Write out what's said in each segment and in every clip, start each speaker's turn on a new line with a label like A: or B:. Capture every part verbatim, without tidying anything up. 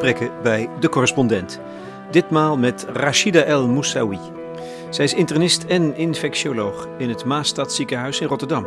A: gesprekken bij De Correspondent. Ditmaal met Rachida El Moussaoui. Zij is internist en infectioloog in het Maastadziekenhuis in Rotterdam.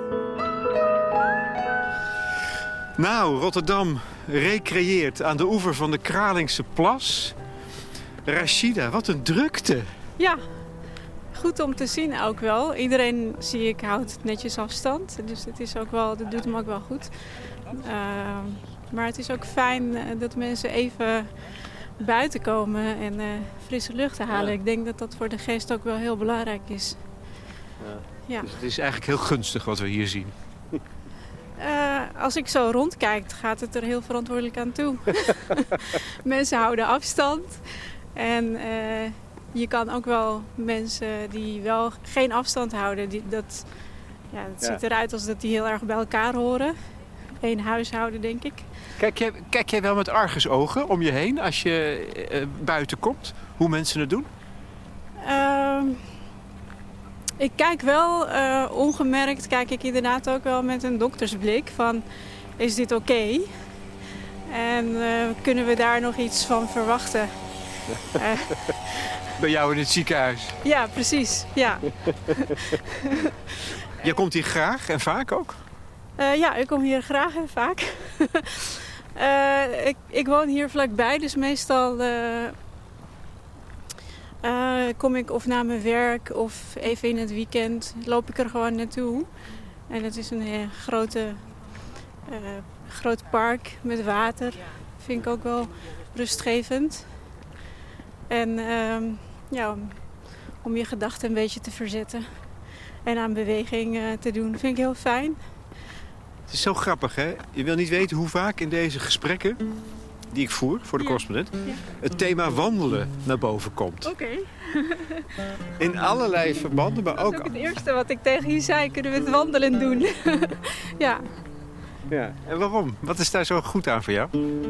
A: Nou, Rotterdam recreëert aan de oever van de Kralingse Plas. Rachida, wat een drukte.
B: Ja, goed om te zien ook wel. Iedereen, zie ik, houdt netjes afstand. Dus het is ook wel, dat doet hem ook wel goed. Uh, maar het is ook fijn uh, dat mensen even buiten komen en uh, frisse lucht halen. Ja. Ik denk dat dat voor de geest ook wel heel belangrijk is.
A: Ja.
B: Ja.
A: Dus het is eigenlijk heel gunstig wat we hier zien.
B: Uh, als ik zo rondkijk, gaat het er heel verantwoordelijk aan toe. Mensen houden afstand. En uh, je kan ook wel mensen die wel geen afstand houden, die, dat, ja, het ja. ziet eruit als dat die heel erg bij elkaar horen. Eén huishouden, denk ik.
A: Kijk jij, kijk jij wel met argusogen om je heen als je uh, buiten komt? Hoe mensen het doen?
B: Uh, ik kijk wel, uh, ongemerkt kijk ik inderdaad ook wel met een doktersblik van, is dit oké? Okay? En uh, kunnen we daar nog iets van verwachten?
A: Uh, Bij jou in het ziekenhuis?
B: Ja, precies. Ja.
A: Jij komt hier graag en vaak ook?
B: Uh, ja, ik kom hier graag en vaak. uh, ik, ik woon hier vlakbij, dus meestal uh, uh, kom ik of na mijn werk of even in het weekend loop ik er gewoon naartoe. En het is een uh, grote, uh, groot park met water. Vind ik ook wel rustgevend. En uh, ja, om, om je gedachten een beetje te verzetten en aan beweging uh, te doen, vind ik heel fijn.
A: Het is zo grappig, hè? Je wil niet weten hoe vaak in deze gesprekken die ik voer voor de ja. correspondent ja. het thema wandelen naar boven komt.
B: Oké. Okay.
A: In allerlei verbanden, maar ook...
B: Dat is ook het eerste wat ik tegen je zei. Kunnen we het wandelen doen? Ja.
A: Ja. En waarom? Wat is daar zo goed aan voor jou?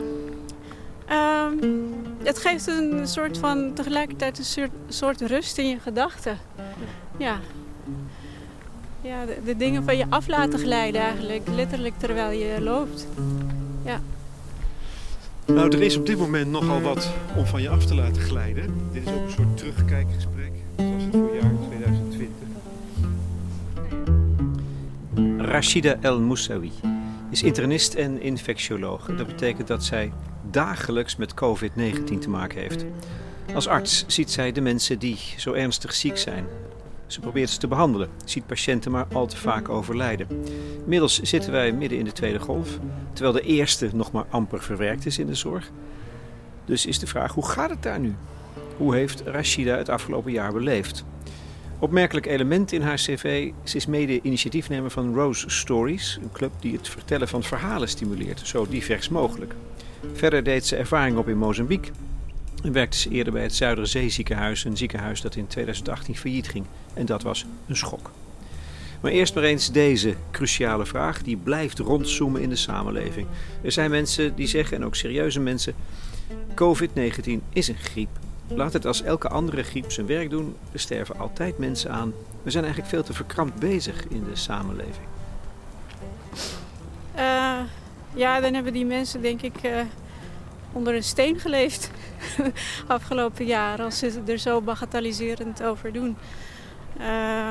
B: Um, het geeft een soort van, tegelijkertijd een soort, soort rust in je gedachten. Ja. Ja, de, de dingen van je af laten glijden eigenlijk, letterlijk terwijl je loopt. Ja.
A: Nou, er is op dit moment nogal wat om van je af te laten glijden. Dit is ook een soort terugkijkgesprek, zoals het voorjaar tweeduizend twintig. Rachida El Moussaoui is internist en infectioloog. Dat betekent dat zij dagelijks met covid negentien te maken heeft. Als arts ziet zij de mensen die zo ernstig ziek zijn. Ze probeert ze te behandelen, ziet patiënten maar al te vaak overlijden. Inmiddels zitten wij midden in de tweede golf, terwijl de eerste nog maar amper verwerkt is in de zorg. Dus is de vraag, hoe gaat het daar nu? Hoe heeft Rachida het afgelopen jaar beleefd? Opmerkelijk element in haar cv, ze is mede-initiatiefnemer van Rose Stories, een club die het vertellen van verhalen stimuleert, zo divers mogelijk. Verder deed ze ervaring op in Mozambique en werkte ze eerder bij het Zuiderzee-ziekenhuis, een ziekenhuis dat in tweeduizend achttien failliet ging. En dat was een schok. Maar eerst maar eens deze cruciale vraag, die blijft rondzoomen in de samenleving. Er zijn mensen die zeggen, en ook serieuze mensen, covid negentien is een griep. Laat het als elke andere griep zijn werk doen. Er sterven altijd mensen aan. We zijn eigenlijk veel te verkrampt bezig in de samenleving.
B: Uh, ja, dan hebben die mensen denk ik uh, onder een steen geleefd afgelopen jaar. Als ze er zo bagatelliserend over doen. Uh,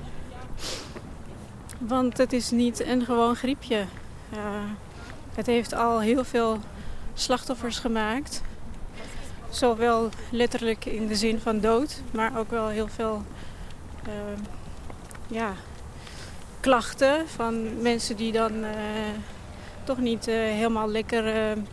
B: want het is niet een gewoon griepje. Uh, het heeft al heel veel slachtoffers gemaakt. Zowel letterlijk in de zin van dood, maar ook wel heel veel uh, ja, klachten van mensen die dan uh, toch niet uh, helemaal lekker uh, uh,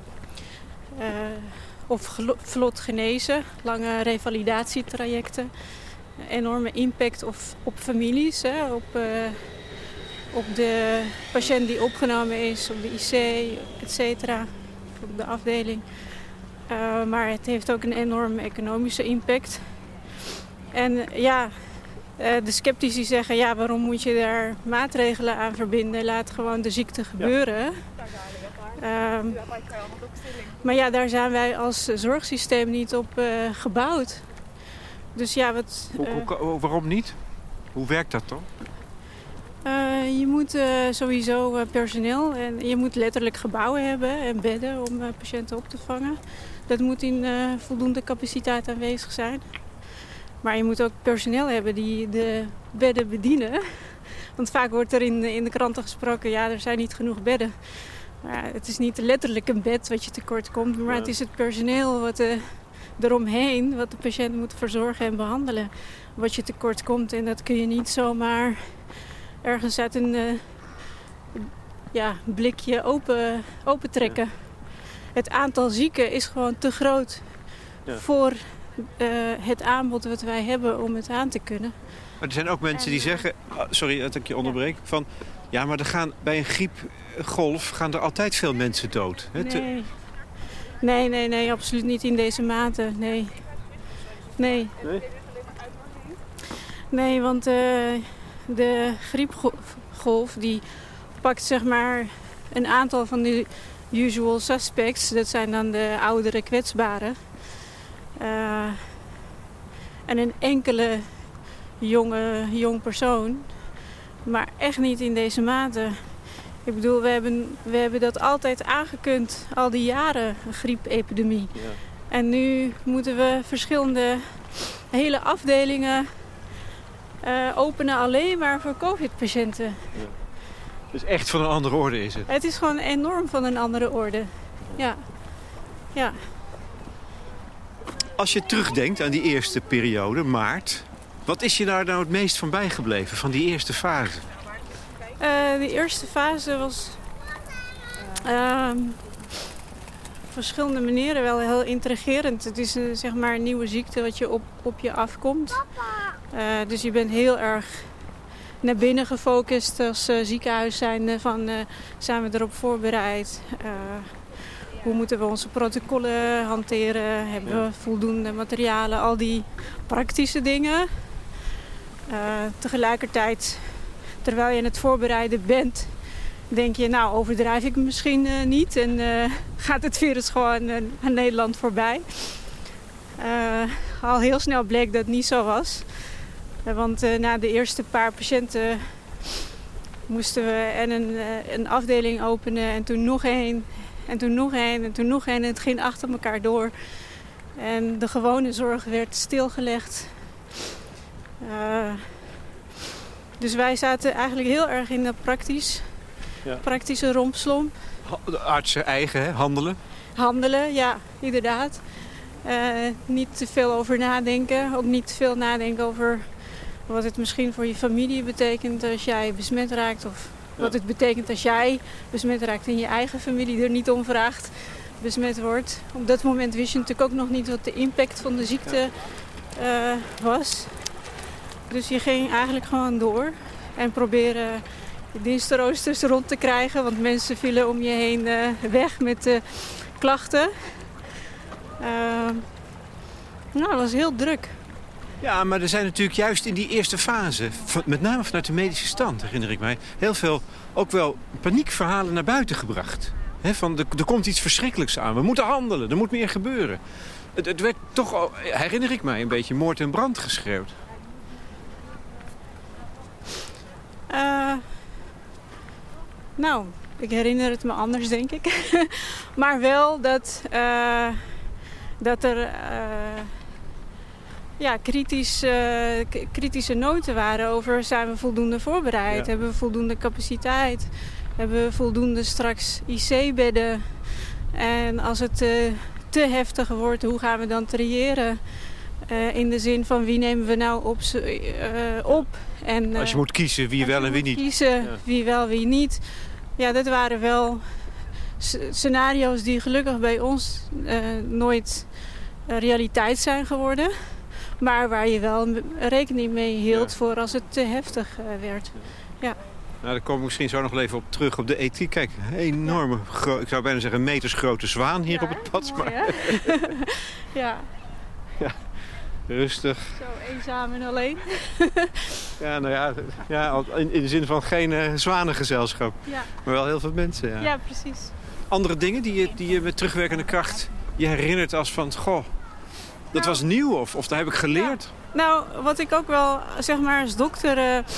B: of gelo- vlot genezen. Lange revalidatietrajecten. Enorme impact op, op families, hè, op, uh, op de patiënt die opgenomen is, op de I C, et cetera, op de afdeling. Uh, maar het heeft ook een enorme economische impact. En uh, ja, uh, de sceptici zeggen, ja, waarom moet je daar maatregelen aan verbinden? Laat gewoon de ziekte gebeuren. Ja. Uh, maar ja, daar zijn wij als zorgsysteem niet op uh, gebouwd. Dus ja, wat... Uh,
A: hoe, hoe, waarom niet? Hoe werkt dat dan?
B: Uh, je moet uh, sowieso uh, personeel en je moet letterlijk gebouwen hebben en bedden om uh, patiënten op te vangen. Dat moet in uh, voldoende capaciteit aanwezig zijn. Maar je moet ook personeel hebben die de bedden bedienen. Want vaak wordt er in, in de kranten gesproken, ja, er zijn niet genoeg bedden. Maar het is niet letterlijk een bed wat je tekort komt, maar ja. Het is het personeel wat uh, eromheen, wat de patiënt moet verzorgen en behandelen, wat je tekort komt. En dat kun je niet zomaar ergens uit een uh, ja, blikje open, open trekken. Ja. Het aantal zieken is gewoon te groot ja. voor uh, het aanbod wat wij hebben om het aan te kunnen.
A: Maar er zijn ook mensen die zeggen, sorry dat ik je onderbreek, van ja, maar er gaan bij een griepgolf gaan er altijd veel mensen dood. Hè?
B: Nee. nee, nee, nee, absoluut niet in deze mate. Nee, nee,
A: nee,
B: nee want uh, de griepgolf die pakt zeg maar een aantal van de usual suspects. Dat zijn dan de oudere kwetsbaren. Uh, en een enkele jonge jong persoon. Maar echt niet in deze mate. Ik bedoel, we hebben, we hebben dat altijd aangekund. Al die jaren, een griepepidemie. Ja. En nu moeten we verschillende hele afdelingen uh, openen alleen maar voor covid-patiënten. Ja.
A: Dus echt van een andere orde is het?
B: Het is gewoon enorm van een andere orde. Ja. Ja.
A: Als je terugdenkt aan die eerste periode, maart, wat is je daar nou het meest van bijgebleven, van die eerste fase?
B: Uh, de eerste fase was uh, op verschillende manieren wel heel intrigerend. Het is een, zeg maar een nieuwe ziekte wat je op, op je afkomt. Uh, dus je bent heel erg naar binnen gefocust als uh, ziekenhuis zijn van uh, zijn we erop voorbereid. Uh, hoe moeten we onze protocollen hanteren? Hebben we voldoende materialen? Al die praktische dingen. Uh, tegelijkertijd, terwijl je aan het voorbereiden bent, denk je, nou overdrijf ik misschien uh, niet. En uh, gaat het virus gewoon uh, aan Nederland voorbij. Uh, al heel snel bleek dat het niet zo was. Uh, want uh, na de eerste paar patiënten moesten we en een, uh, een afdeling openen en toen nog één. En toen nog één en toen nog één en het ging achter elkaar door. En de gewone zorg werd stilgelegd. Uh, dus wij zaten eigenlijk heel erg in de praktisch, ja. praktische rompslomp.
A: De artsen eigen, hè? Handelen?
B: Handelen, ja, inderdaad. Uh, niet te veel over nadenken. Ook niet te veel nadenken over wat het misschien voor je familie betekent als jij besmet raakt. Of ja. wat het betekent als jij besmet raakt en je eigen familie er niet om vraagt besmet wordt. Op dat moment wist je natuurlijk ook nog niet wat de impact van de ziekte uh, was. Dus je ging eigenlijk gewoon door en proberen de dienstenroosters rond te krijgen. Want mensen vielen om je heen uh, weg met uh, klachten. Uh, nou, dat was heel druk.
A: Ja, maar er zijn natuurlijk juist in die eerste fase, met name vanuit de medische stand, herinner ik mij, heel veel ook wel paniekverhalen naar buiten gebracht. He, van, er, er komt iets verschrikkelijks aan, we moeten handelen, er moet meer gebeuren. Het, het werd toch, herinner ik mij, een beetje moord en brand geschreeuwd.
B: Uh, nou, ik herinner het me anders, denk ik. Maar wel dat, uh, dat er uh, ja, kritisch, uh, k- kritische noten waren over zijn we voldoende voorbereid? Ja. Hebben we voldoende capaciteit? Hebben we voldoende straks I C-bedden? En als het uh, te heftig wordt, hoe gaan we dan triëren? Uh, in de zin van wie nemen we nou op? Uh, op? En, uh,
A: als je moet kiezen wie wel en wie niet.
B: Kiezen ja. wie wel, wie niet. Ja, dat waren wel s- scenario's die gelukkig bij ons uh, nooit uh, realiteit zijn geworden. Maar waar je wel rekening mee hield ja. voor als het te heftig uh, werd. Ja. Ja.
A: Nou, daar kom ik misschien zo nog even op terug op de ethiek. Kijk, een enorme, ja. gro- ik zou bijna zeggen metersgrote zwaan hier ja, op het pad.
B: Mooi, maar... ja.
A: ja. Rustig.
B: Zo eenzaam en alleen.
A: ja, nou ja, ja in, in de zin van geen uh, zwanengezelschap. Ja. Maar wel heel veel mensen, ja.
B: Ja, precies.
A: Andere dingen die je, die je met terugwerkende kracht je herinnert als van, goh, dat nou, was nieuw of, of daar heb ik geleerd?
B: Ja. Nou, wat ik ook wel, zeg maar, als dokter uh,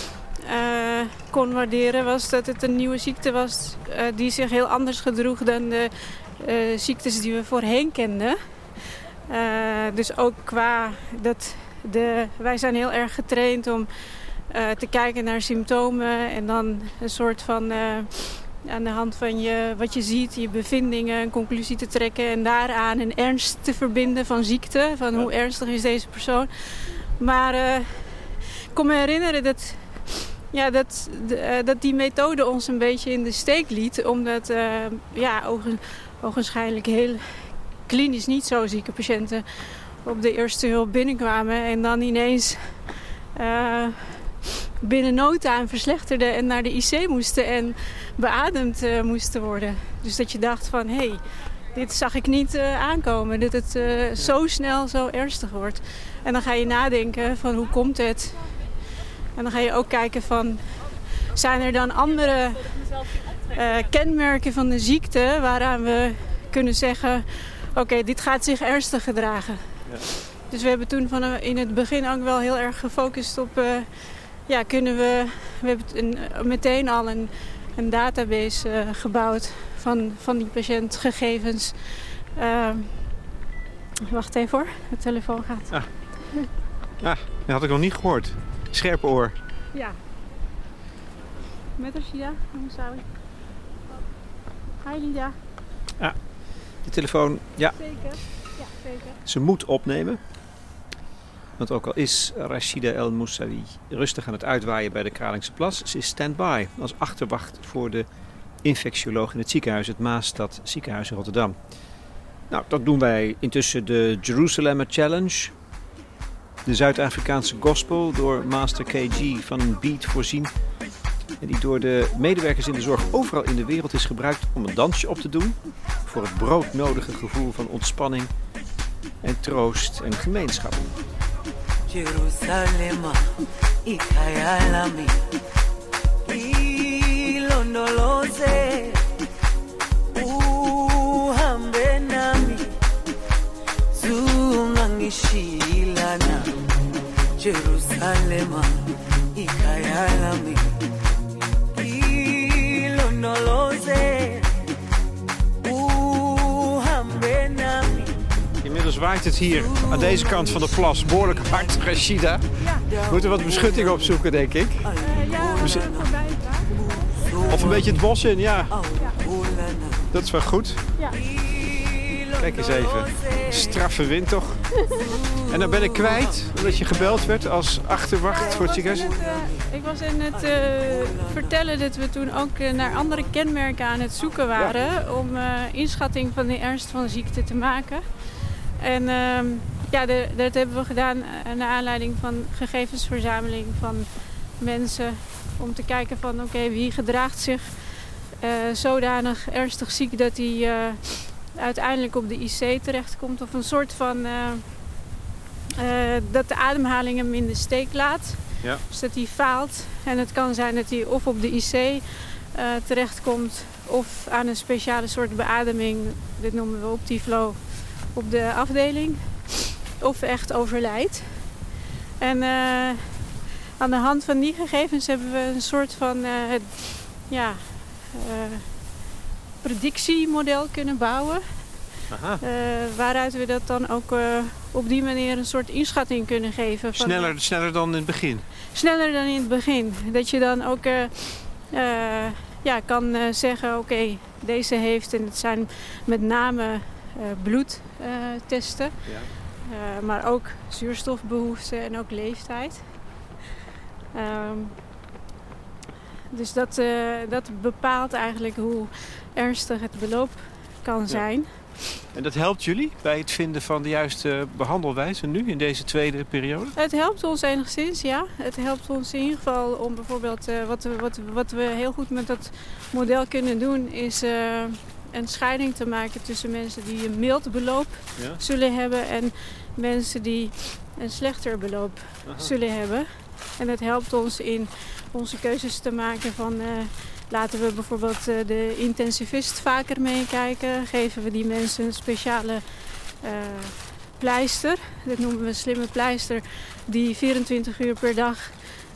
B: uh, kon waarderen was dat het een nieuwe ziekte was uh, die zich heel anders gedroeg dan de uh, ziektes die we voorheen kenden. Uh, dus ook qua dat de, wij zijn heel erg getraind om uh, te kijken naar symptomen en dan een soort van uh, aan de hand van je, wat je ziet, je bevindingen, een conclusie te trekken en daaraan een ernst te verbinden van ziekte, van hoe ernstig is deze persoon. Maar uh, ik kon me herinneren dat, ja, dat, de, uh, dat die methode ons een beetje in de steek liet, omdat uh, ja, ogen, ogenschijnlijk heel klinisch niet zo zieke patiënten op de eerste hulp binnenkwamen en dan ineens uh, binnen no time verslechterden en naar de I C moesten en beademd uh, moesten worden. Dus dat je dacht van, hé, hey, dit zag ik niet uh, aankomen, dat het uh, zo snel zo ernstig wordt. En dan ga je nadenken van, hoe komt het? En dan ga je ook kijken van, zijn er dan andere uh, kenmerken van de ziekte waaraan we kunnen zeggen, oké, okay, dit gaat zich ernstig gedragen. Ja. Dus we hebben toen van in het begin ook wel heel erg gefocust op, uh, ja, kunnen we, we hebben een, meteen al een, een database uh, gebouwd van, van die patiëntgegevens. Uh, wacht even hoor, de telefoon gaat.
A: Ah. Ah, dat had ik nog niet gehoord. Scherpe oor.
B: Ja. Met Rashida, sorry. Hi Lida.
A: Ah, de telefoon, ja.
B: Zeker. Ja, zeker.
A: Ze moet opnemen. Want ook al is Rashida El Moussaoui rustig aan het uitwaaien bij de Kralingse Plas, ze is stand-by als achterwacht voor de infectioloog in het ziekenhuis, het Maastad ziekenhuis in Rotterdam. Nou, dat doen wij intussen de Jerusalem Challenge. De Zuid-Afrikaanse gospel door Master K G van een beat voorzien. En die door de medewerkers in de zorg overal in de wereld is gebruikt om een dansje op te doen. Voor het broodnodige gevoel van ontspanning en troost en gemeenschap.
C: Jerusalem, ikayalami, ilondoloze, uhambe nami, zungangishilana. Jerusalem, ikayalami, ilondoloze, uhambe nami.
A: Inmiddels waait het hier aan deze kant van de plas behoorlijk hard, Rashida. Ja. We moeten wat beschutting opzoeken, denk ik.
B: Uh, ja, uh, voorbij het water.
A: Of een beetje het bos in, ja. ja. Dat is wel goed. Ja. Kijk eens even. Straffe wind toch? En dan ben ik kwijt, omdat je gebeld werd als achterwacht ja, voor het ziekenhuis.
B: Het, uh, ik was in het uh, vertellen dat we toen ook uh, naar andere kenmerken aan het zoeken waren. Ja. Om uh, inschatting van de ernst van de ziekte te maken. En uh, ja, de, dat hebben we gedaan naar aanleiding van gegevensverzameling van mensen. Om te kijken van oké, okay, wie gedraagt zich uh, zodanig ernstig ziek dat hij uh, uiteindelijk op de I C terechtkomt. Of een soort van uh, uh, dat de ademhaling hem in de steek laat. Ja. Dus dat hij faalt. En het kan zijn dat hij of op de I C uh, terechtkomt of aan een speciale soort beademing. Dit noemen we Optiflow. Op de afdeling of echt overlijdt. En uh, aan de hand van die gegevens hebben we een soort van uh, het, ja, uh, predictiemodel kunnen bouwen. Aha. Uh, waaruit we dat dan ook uh, op die manier een soort inschatting kunnen geven. Van,
A: sneller, sneller dan in het begin?
B: Sneller dan in het begin. Dat je dan ook uh, uh, ja, kan uh, zeggen, oké, okay, deze heeft, en het zijn met name Uh, bloedtesten, uh, ja. uh, maar ook zuurstofbehoefte en ook leeftijd. Um, dus dat, uh, dat bepaalt eigenlijk hoe ernstig het beloop kan zijn. Ja.
A: En dat helpt jullie bij het vinden van de juiste behandelwijze nu in deze tweede periode?
B: Het helpt ons enigszins, ja. Het helpt ons in ieder geval om bijvoorbeeld, uh, wat, we, wat, wat we heel goed met dat model kunnen doen, is Uh, een scheiding te maken tussen mensen die een mild beloop ja. zullen hebben en mensen die een slechter beloop Aha. zullen hebben. En dat helpt ons in onze keuzes te maken van uh, laten we bijvoorbeeld uh, de intensivist vaker meekijken. Geven we die mensen een speciale uh, pleister. Dat noemen we een slimme pleister die vierentwintig uur per dag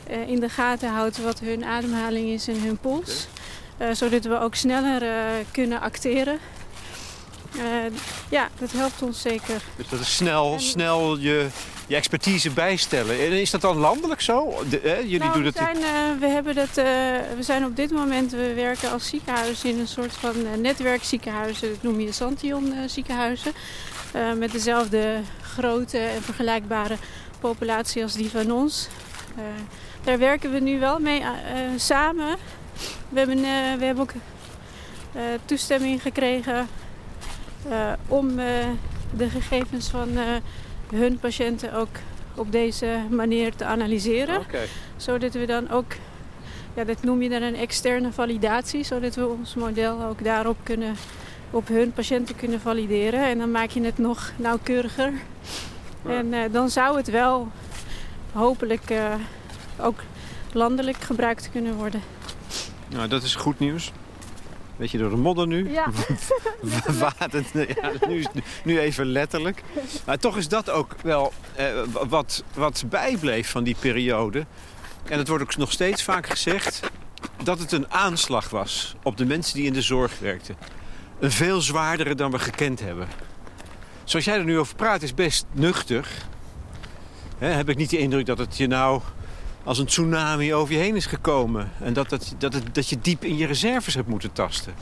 B: uh, in de gaten houdt wat hun ademhaling is en hun pols. Uh, zodat we ook sneller uh, kunnen acteren. Uh, ja, dat helpt ons zeker.
A: Dus dat is snel, en... snel je, je expertise bijstellen. En is dat dan landelijk zo? De, hè? Jullie
B: nou,
A: doen
B: we,
A: dat
B: zijn, uh, we, hebben dat, uh, we zijn op dit moment, we werken als ziekenhuis in een soort van uh, netwerkziekenhuizen. Dat noem je Santion uh, ziekenhuizen. Uh, met dezelfde grootte en vergelijkbare populatie als die van ons. Uh, daar werken we nu wel mee uh, samen. We hebben, uh, we hebben ook uh, toestemming gekregen uh, om uh, de gegevens van uh, hun patiënten ook op deze manier te analyseren.
A: Okay.
B: Zodat we dan ook, ja, dat noem je dan een externe validatie, zodat we ons model ook daarop kunnen, op hun patiënten kunnen valideren. En dan maak je het nog nauwkeuriger. Ja. En uh, dan zou het wel hopelijk uh, ook landelijk gebruikt kunnen worden.
A: Nou, dat is goed nieuws. Beetje door de modder nu.
B: Ja.
A: Water, ja, nu, nu even letterlijk. Maar toch is dat ook wel eh, wat, wat bijbleef van die periode. En het wordt ook nog steeds vaak gezegd dat het een aanslag was op de mensen die in de zorg werkten. Een veel zwaardere dan we gekend hebben. Zoals jij er nu over praat is best nuchter. He, heb ik niet de indruk dat het je nou als een tsunami over je heen is gekomen. En dat, dat, dat, het, dat je diep in je reserves hebt moeten tasten.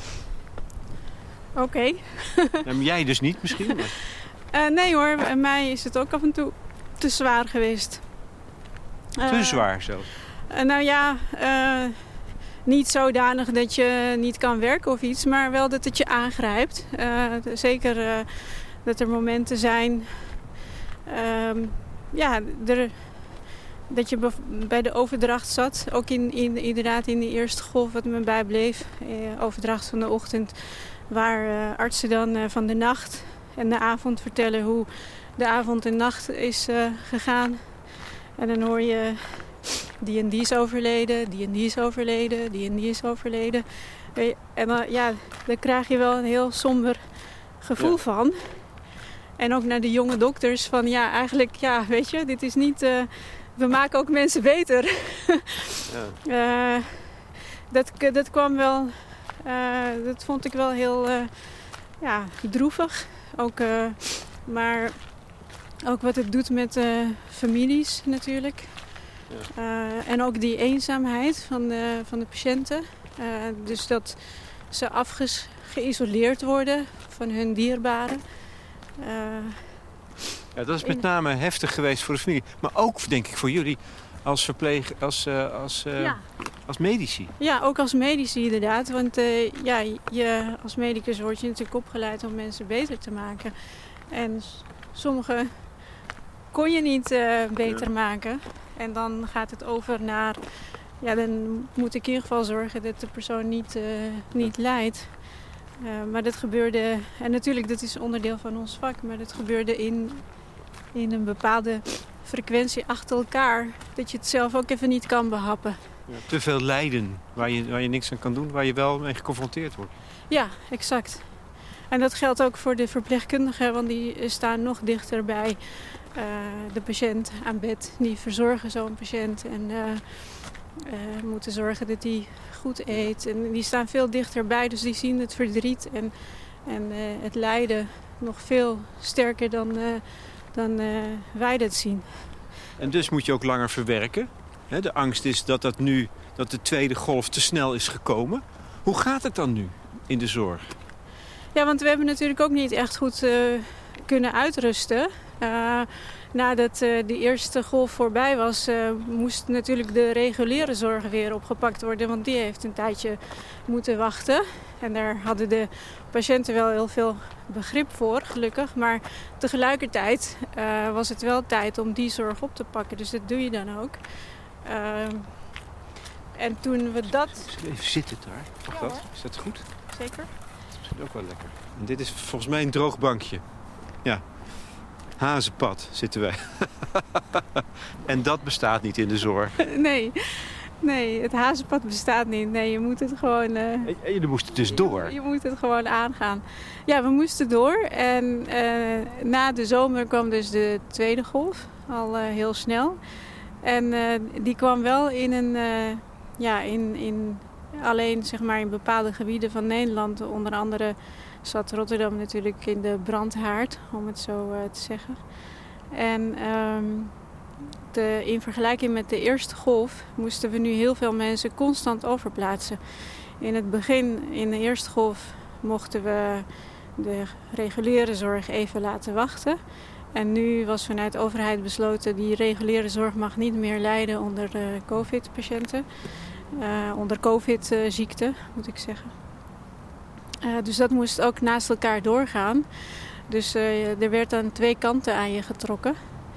B: Oké. Okay.
A: Nou, jij dus niet misschien? Maar...
B: Uh, nee hoor, bij mij is het ook af en toe te zwaar geweest.
A: Te uh, zwaar zo?
B: Uh, nou ja, uh, niet zodanig dat je niet kan werken of iets, maar wel dat het je aangrijpt. Uh, zeker uh, dat er momenten zijn... Uh, ja, er... Dat je bij de overdracht zat, ook in, in, inderdaad in de eerste golf wat me bijbleef. Eh, overdracht van de ochtend, waar uh, artsen dan uh, van de nacht en de avond vertellen hoe de avond en nacht is uh, gegaan. En dan hoor je die en die is overleden, die en die is overleden, die en die is overleden. En uh, ja, daar krijg je wel een heel somber gevoel ja. van. En ook naar de jonge dokters van ja, eigenlijk, ja, weet je, dit is niet... Uh, We maken ook mensen beter. ja. uh, dat, dat kwam wel... Uh, dat vond ik wel heel uh, ja, droevig. Ook, uh, maar ook wat het doet met uh, families natuurlijk. Ja. Uh, en ook die eenzaamheid van de, van de patiënten. Uh, dus dat ze afgeïsoleerd worden van hun dierbaren. Uh,
A: Ja, dat is met name heftig geweest voor de familie. Maar ook, denk ik, voor jullie als verpleeg... als, uh, als, uh, ja. als medici.
B: Ja, ook als medici inderdaad. Want uh, ja, je, als medicus word je natuurlijk opgeleid om mensen beter te maken. En sommige kon je niet uh, beter ja. maken. En dan gaat het over naar... Ja, dan moet ik in ieder geval zorgen dat de persoon niet, uh, niet ja. lijdt. Uh, maar dat gebeurde... En natuurlijk, dat is onderdeel van ons vak. Maar dat gebeurde in... in een bepaalde frequentie achter elkaar, dat je het zelf ook even niet kan behappen.
A: Ja, te veel lijden, waar je, waar je niks aan kan doen, waar je wel mee geconfronteerd wordt.
B: Ja, exact. En dat geldt ook voor de verpleegkundigen, want die staan nog dichter bij uh, de patiënt aan bed. Die verzorgen zo'n patiënt en uh, uh, moeten zorgen dat hij goed eet. En die staan veel dichterbij, dus die zien het verdriet en, en uh, het lijden nog veel sterker dan... Uh, dan uh, wij dat zien.
A: En dus moet je ook langer verwerken. He, de angst is dat, dat, nu, dat de tweede golf te snel is gekomen. Hoe gaat het dan nu in de zorg?
B: Ja, want we hebben natuurlijk ook niet echt goed uh, kunnen uitrusten. Uh, nadat uh, de eerste golf voorbij was, uh, moest natuurlijk de reguliere zorg weer opgepakt worden. Want die heeft een tijdje moeten wachten. En daar hadden de patiënten wel heel veel begrip voor, gelukkig. Maar tegelijkertijd uh, was het wel tijd om die zorg op te pakken. Dus dat doe je dan ook. Uh, en toen we dat...
A: Even zitten daar. Mag ja, dat? Hoor. Is dat goed?
B: Zeker.
A: Dat is misschien ook wel lekker. En dit is volgens mij een droog bankje. Ja. Hazenpad zitten wij. En dat bestaat niet in de zorg.
B: Nee. Nee, het hazenpad bestaat niet. Nee, je moet het gewoon... Uh,
A: en jullie moesten dus door?
B: Je, je moet het gewoon aangaan. Ja, we moesten door. En uh, na de zomer kwam dus de tweede golf. Al uh, heel snel. En uh, die kwam wel in een, uh, ja, in, in alleen zeg maar in bepaalde gebieden van Nederland. Onder andere zat Rotterdam natuurlijk in de brandhaard, om het zo uh, te zeggen. En um, de, in vergelijking met de eerste golf moesten we nu heel veel mensen constant overplaatsen. In het begin, in de eerste golf, mochten we de reguliere zorg even laten wachten. En nu was vanuit de overheid besloten, die reguliere zorg mag niet meer lijden onder uh, COVID-patiënten. Uh, onder COVID-ziekte, moet ik zeggen. Uh, dus dat moest ook naast elkaar doorgaan. Dus uh, er werd aan twee kanten aan je getrokken.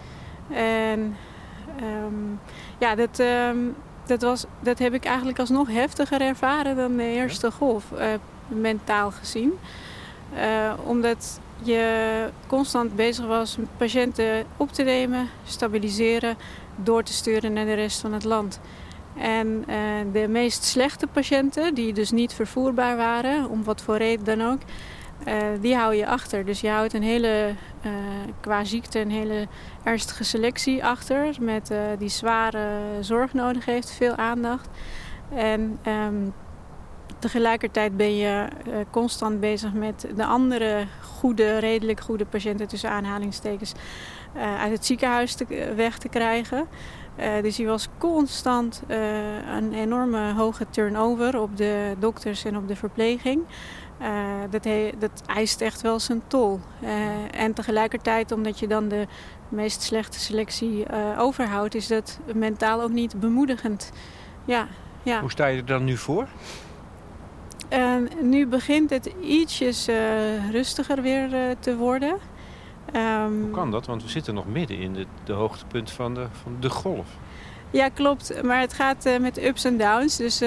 B: En um, ja, dat, um, dat, was, dat heb ik eigenlijk alsnog heftiger ervaren dan de eerste golf, uh, mentaal gezien. Uh, omdat je constant bezig was met patiënten op te nemen, stabiliseren, door te sturen naar de rest van het land. En uh, de meest slechte patiënten, die dus niet vervoerbaar waren, om wat voor reden dan ook, uh, die hou je achter. Dus je houdt een hele, uh, qua ziekte, een hele ernstige selectie achter, met, uh, die zware zorg nodig heeft, veel aandacht. En um, tegelijkertijd ben je uh, constant bezig met de andere goede, redelijk goede patiënten, tussen aanhalingstekens, uh, uit het ziekenhuis te, weg te krijgen. Uh, dus die was constant uh, een enorme hoge turnover op de dokters en op de verpleging. Uh, dat, he, dat eist echt wel zijn tol. Uh, en tegelijkertijd, omdat je dan de meest slechte selectie uh, overhoudt, is dat mentaal ook niet bemoedigend. Ja, ja.
D: Hoe sta je er dan nu voor?
B: Uh, nu begint het ietsjes uh, rustiger weer uh, te worden. Um,
D: Hoe kan dat? Want we zitten nog midden in de, de hoogtepunt van de, van de golf.
B: Ja, klopt. Maar het gaat uh, met ups en downs. Dus uh,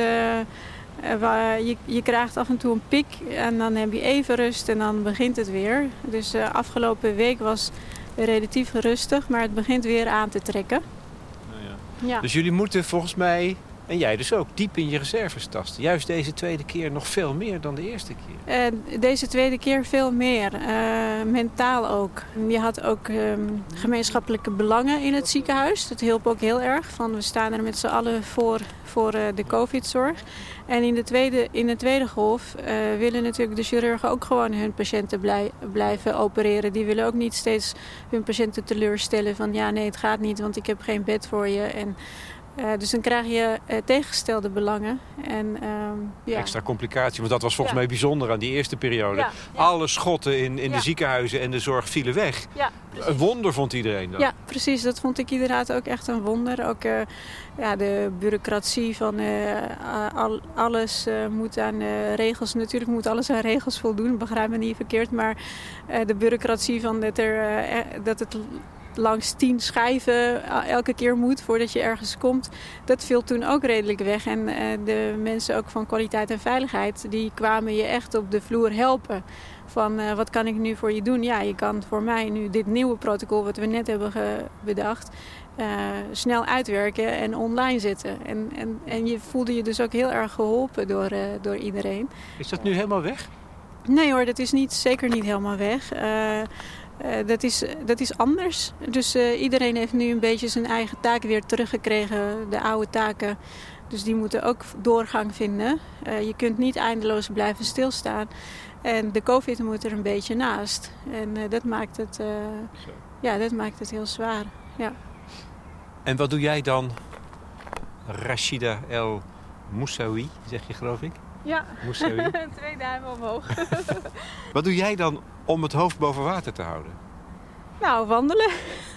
B: uh, je, je krijgt af en toe een piek en dan heb je even rust en dan begint het weer. Dus uh, afgelopen week was relatief rustig, maar het begint weer aan te trekken.
D: Nou ja.
B: Ja.
D: Dus jullie moeten volgens mij, en jij dus ook, diep in je reserves tasten. Juist deze tweede keer nog veel meer dan de eerste keer.
B: Uh, deze tweede keer veel meer. Uh, mentaal ook. Je had ook um, gemeenschappelijke belangen in het ziekenhuis. Dat hielp ook heel erg. Van, we staan er met z'n allen voor, voor uh, de COVID-zorg. En in de tweede, in de tweede golf uh, willen natuurlijk de chirurgen ook gewoon hun patiënten blij, blijven opereren. Die willen ook niet steeds hun patiënten teleurstellen van ja, nee, het gaat niet, want ik heb geen bed voor je. En Uh, dus dan krijg je uh, tegengestelde belangen. En, um, ja.
D: Extra complicatie, want dat was volgens
B: ja.
D: mij bijzonder aan die eerste periode.
B: Ja, ja.
D: Alle schotten in, in
B: ja.
D: de ziekenhuizen en de zorg vielen weg.
B: Ja,
D: een wonder vond iedereen dat.
B: Ja, precies. Dat vond ik inderdaad ook echt een wonder. Ook uh, ja, de bureaucratie van uh, al, alles uh, moet aan uh, regels. Natuurlijk moet alles aan regels voldoen, begrijp me niet verkeerd. Maar uh, de bureaucratie van dat, er, uh, dat het langs tien schijven elke keer moet voordat je ergens komt. Dat viel toen ook redelijk weg. En uh, de mensen ook van kwaliteit en veiligheid, die kwamen je echt op de vloer helpen. Van uh, wat kan ik nu voor je doen? Ja, je kan voor mij nu dit nieuwe protocol wat we net hebben ge- bedacht, uh, snel uitwerken en online zetten. En, en, en je voelde je dus ook heel erg geholpen door, uh, door iedereen.
D: Is dat nu helemaal weg?
B: Nee hoor, dat is niet, zeker niet helemaal weg. Uh, Uh, dat, is, dat is anders. Dus uh, iedereen heeft nu een beetje zijn eigen taak weer teruggekregen. De oude taken. Dus die moeten ook doorgang vinden. Uh, je kunt niet eindeloos blijven stilstaan. En de COVID moet er een beetje naast. En uh, dat, maakt het, uh, ja, dat maakt het heel zwaar. Ja.
D: En wat doe jij dan, Rachida El Moussaoui, zeg je geloof ik?
B: Ja,
D: Moussaoui.
B: Twee duimen omhoog.
D: Wat doe jij dan om het hoofd boven water te houden?
B: Nou, wandelen.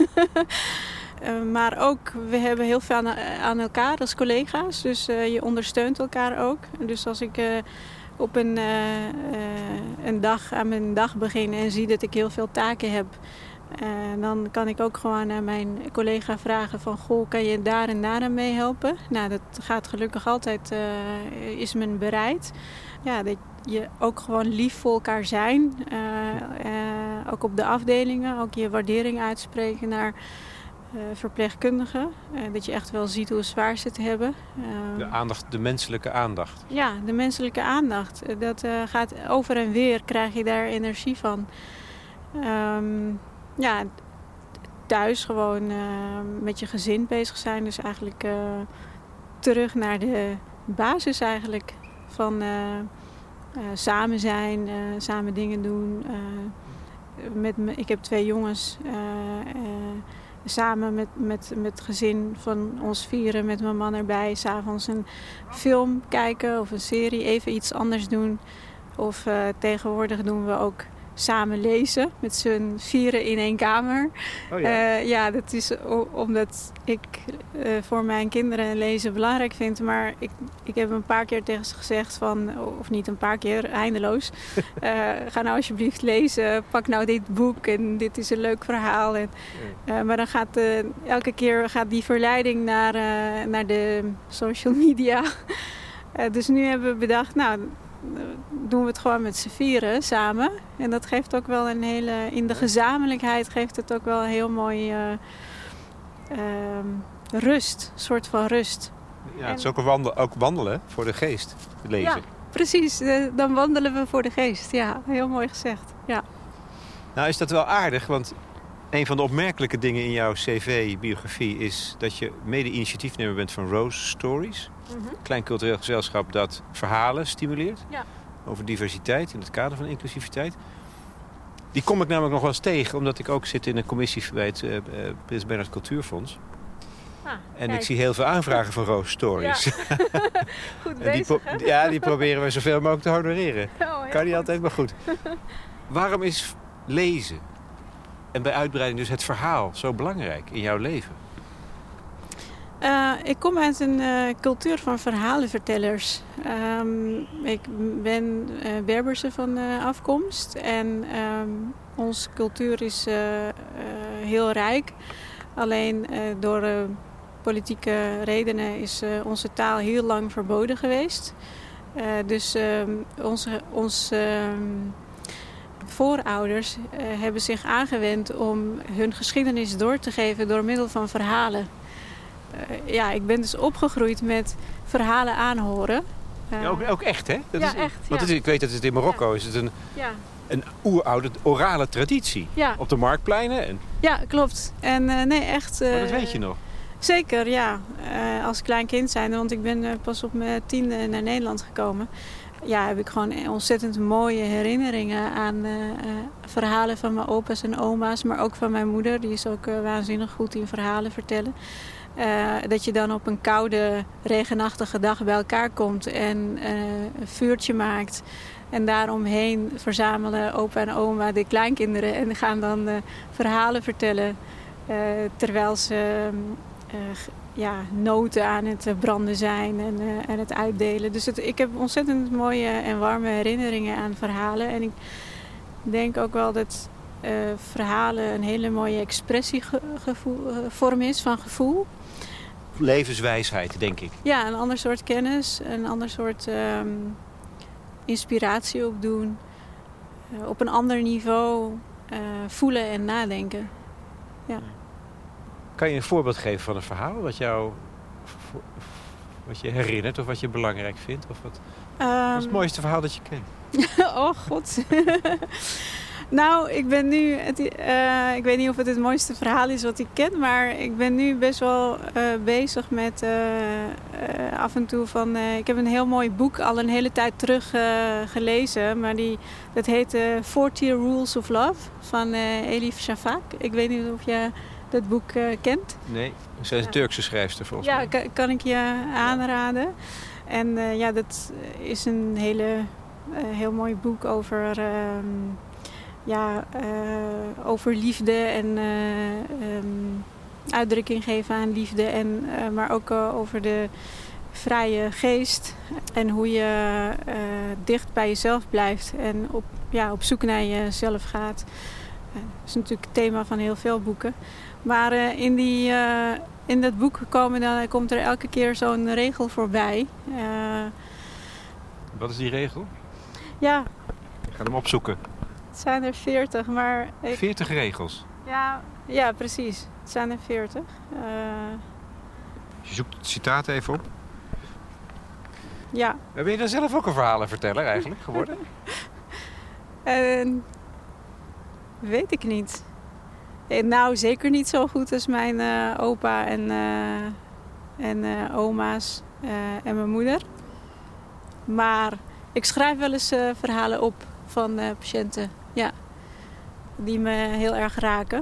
B: uh, maar ook, we hebben heel veel aan, aan elkaar als collega's. Dus uh, je ondersteunt elkaar ook. Dus als ik uh, op een, uh, uh, een dag aan mijn dag begin en zie dat ik heel veel taken heb, Uh, dan kan ik ook gewoon aan mijn collega vragen van, goh, kan je daar en daar aan mee helpen? Nou, dat gaat gelukkig altijd, uh, is men bereid. Ja, dat je ook gewoon lief voor elkaar zijn. Uh, uh, ook op de afdelingen, ook je waardering uitspreken naar uh, verpleegkundigen. Uh, dat je echt wel ziet hoe zwaar ze het hebben. Uh,
D: de aandacht, de menselijke aandacht.
B: Ja, de menselijke aandacht. Dat uh, gaat over en weer, krijg je daar energie van. Um, Ja, thuis gewoon uh, met je gezin bezig zijn. Dus eigenlijk uh, terug naar de basis eigenlijk. Van uh, uh, samen zijn, uh, samen dingen doen. Uh, met me, ik heb twee jongens. Uh, uh, samen met, met, met het gezin van ons vieren, met mijn man erbij. 's Avonds een film kijken of een serie, even iets anders doen. Of uh, tegenwoordig doen we ook samen lezen met z'n vieren in één kamer.
D: Oh ja.
B: Uh, ja, dat is o- omdat ik uh, voor mijn kinderen lezen belangrijk vind. Maar ik, ik heb een paar keer tegen ze gezegd van, of niet een paar keer, eindeloos. uh, ga nou alsjeblieft lezen, pak nou dit boek en dit is een leuk verhaal. En, uh, maar dan gaat uh, elke keer gaat die verleiding naar, uh, naar de social media. uh, dus nu hebben we bedacht, nou, doen we het gewoon met z'n vieren samen. En dat geeft ook wel een hele... In de gezamenlijkheid geeft het ook wel een heel mooi uh, uh, rust. Een soort van rust.
D: Ja, het is ook, een wandel, ook wandelen voor de geest, lezen.
B: Ja, precies. Dan wandelen we voor de geest. Ja, heel mooi gezegd. Ja.
D: Nou is dat wel aardig, want een van de opmerkelijke dingen in jouw cv-biografie is dat je mede-initiatiefnemer bent van Rose Stories. Mm-hmm. Een klein cultureel gezelschap dat verhalen stimuleert.
B: Ja.
D: Over diversiteit in het kader van inclusiviteit. Die kom ik namelijk nog wel eens tegen, omdat ik ook zit in een commissie bij het uh, Prins Bernhard Cultuurfonds. Ah, en kijk. Ik zie heel veel aanvragen van Rose Stories.
B: Ja. Goed bezig,
D: die pro- Ja, die proberen we zoveel mogelijk te honoreren. Oh, kan niet altijd, maar goed. Waarom is lezen en bij uitbreiding dus het verhaal zo belangrijk in jouw leven?
B: Uh, ik kom uit een uh, cultuur van verhalenvertellers. Um, ik ben uh, Berberse van uh, afkomst. En um, onze cultuur is uh, uh, heel rijk. Alleen uh, door uh, politieke redenen is uh, onze taal heel lang verboden geweest. Uh, dus uh, onze, onze uh, voorouders uh, hebben zich aangewend om hun geschiedenis door te geven door middel van verhalen. Uh, ja, ik ben dus opgegroeid met verhalen aanhoren. Uh,
D: ja, ook, ook echt, hè? Dat
B: ja,
D: is,
B: echt.
D: Want
B: ja.
D: is, ik weet dat het in Marokko
B: ja.
D: is het een,
B: ja.
D: een oeroude orale traditie.
B: Ja.
D: Op de marktpleinen. En...
B: Ja, klopt. En uh, nee, echt... Uh,
D: maar dat weet je nog?
B: Zeker, ja. Uh, als klein kind zijn, want ik ben uh, pas op mijn tiende naar Nederland gekomen. Ja, heb ik gewoon ontzettend mooie herinneringen aan uh, uh, verhalen van mijn opa's en oma's. Maar ook van mijn moeder, die is ook uh, waanzinnig goed in verhalen vertellen. Uh, dat je dan op een koude, regenachtige dag bij elkaar komt en uh, een vuurtje maakt. En daaromheen verzamelen opa en oma de kleinkinderen en gaan dan uh, verhalen vertellen. Uh, terwijl ze uh, ja, noten aan het branden zijn en, uh, en het uitdelen. Dus het, ik heb ontzettend mooie en warme herinneringen aan verhalen. En ik denk ook wel dat uh, verhalen een hele mooie expressievorm is van gevoel.
D: Levenswijsheid, denk ik.
B: Ja, een ander soort kennis, een ander soort um, inspiratie opdoen. Uh, op een ander niveau uh, voelen en nadenken. Ja.
D: Kan je een voorbeeld geven van een verhaal wat jou wat je herinnert of wat je belangrijk vindt? Of wat, um, wat is het mooiste verhaal dat je kent?
B: Oh god. Nou, ik ben nu, het, uh, ik weet niet of het het mooiste verhaal is wat ik ken, maar ik ben nu best wel uh, bezig met uh, uh, af en toe van, uh, ik heb een heel mooi boek al een hele tijd terug uh, gelezen, maar die, dat heet uh, forty Rules of Love van uh, Elif Shafak. Ik weet niet of je dat boek uh, kent.
D: Nee, zij is een
B: ja.
D: Turkse schrijfster volgens
B: ja,
D: mij.
B: Ja, kan, kan ik je aanraden. En uh, ja, dat is een hele, uh, heel mooi boek over... Uh, Ja, uh, over liefde en uh, um, uitdrukking geven aan liefde. En, uh, maar ook uh, over de vrije geest. En hoe je uh, dicht bij jezelf blijft. En op, ja, op zoek naar jezelf gaat. Uh, dat is natuurlijk het thema van heel veel boeken. Maar uh, in, die, uh, in dat boek komen dan, komt er elke keer zo'n regel voorbij. Uh,
D: Wat is die regel?
B: Ja.
D: Ik ga hem opzoeken.
B: Het zijn er veertig, maar... Ik...
D: veertig regels?
B: Ja, ja, precies. Het zijn er veertig. Uh...
D: Je zoekt het citaat even op.
B: Ja.
D: Ben je dan zelf ook een verhalenverteller eigenlijk geworden?
B: uh, weet ik niet. Uh, nou, zeker niet zo goed als mijn uh, opa en, uh, en uh, oma's uh, en mijn moeder. Maar ik schrijf wel eens uh, verhalen op van uh, patiënten, ja, die me heel erg raken.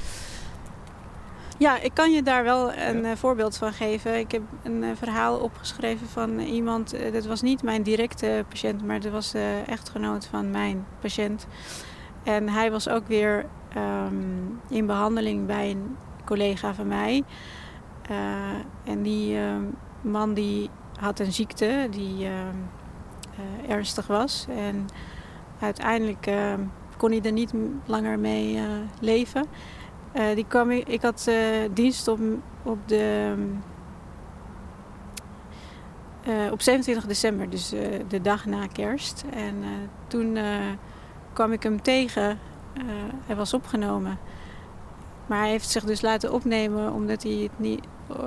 B: Ja, ik kan je daar wel een ja. uh, voorbeeld van geven. Ik heb een uh, verhaal opgeschreven van uh, iemand. Uh, dat was niet mijn directe patiënt, maar dat was de echtgenoot van mijn patiënt. En hij was ook weer um, in behandeling bij een collega van mij. Uh, en die uh, man die had een ziekte die uh, uh, ernstig was. En uiteindelijk uh, kon hij er niet langer mee uh, leven. Uh, die kwam, ik had uh, dienst op, op, de, uh, op zevenentwintig december, dus uh, de dag na kerst. En uh, toen uh, kwam ik hem tegen. Uh, hij was opgenomen. Maar hij heeft zich dus laten opnemen omdat hij het niet uh,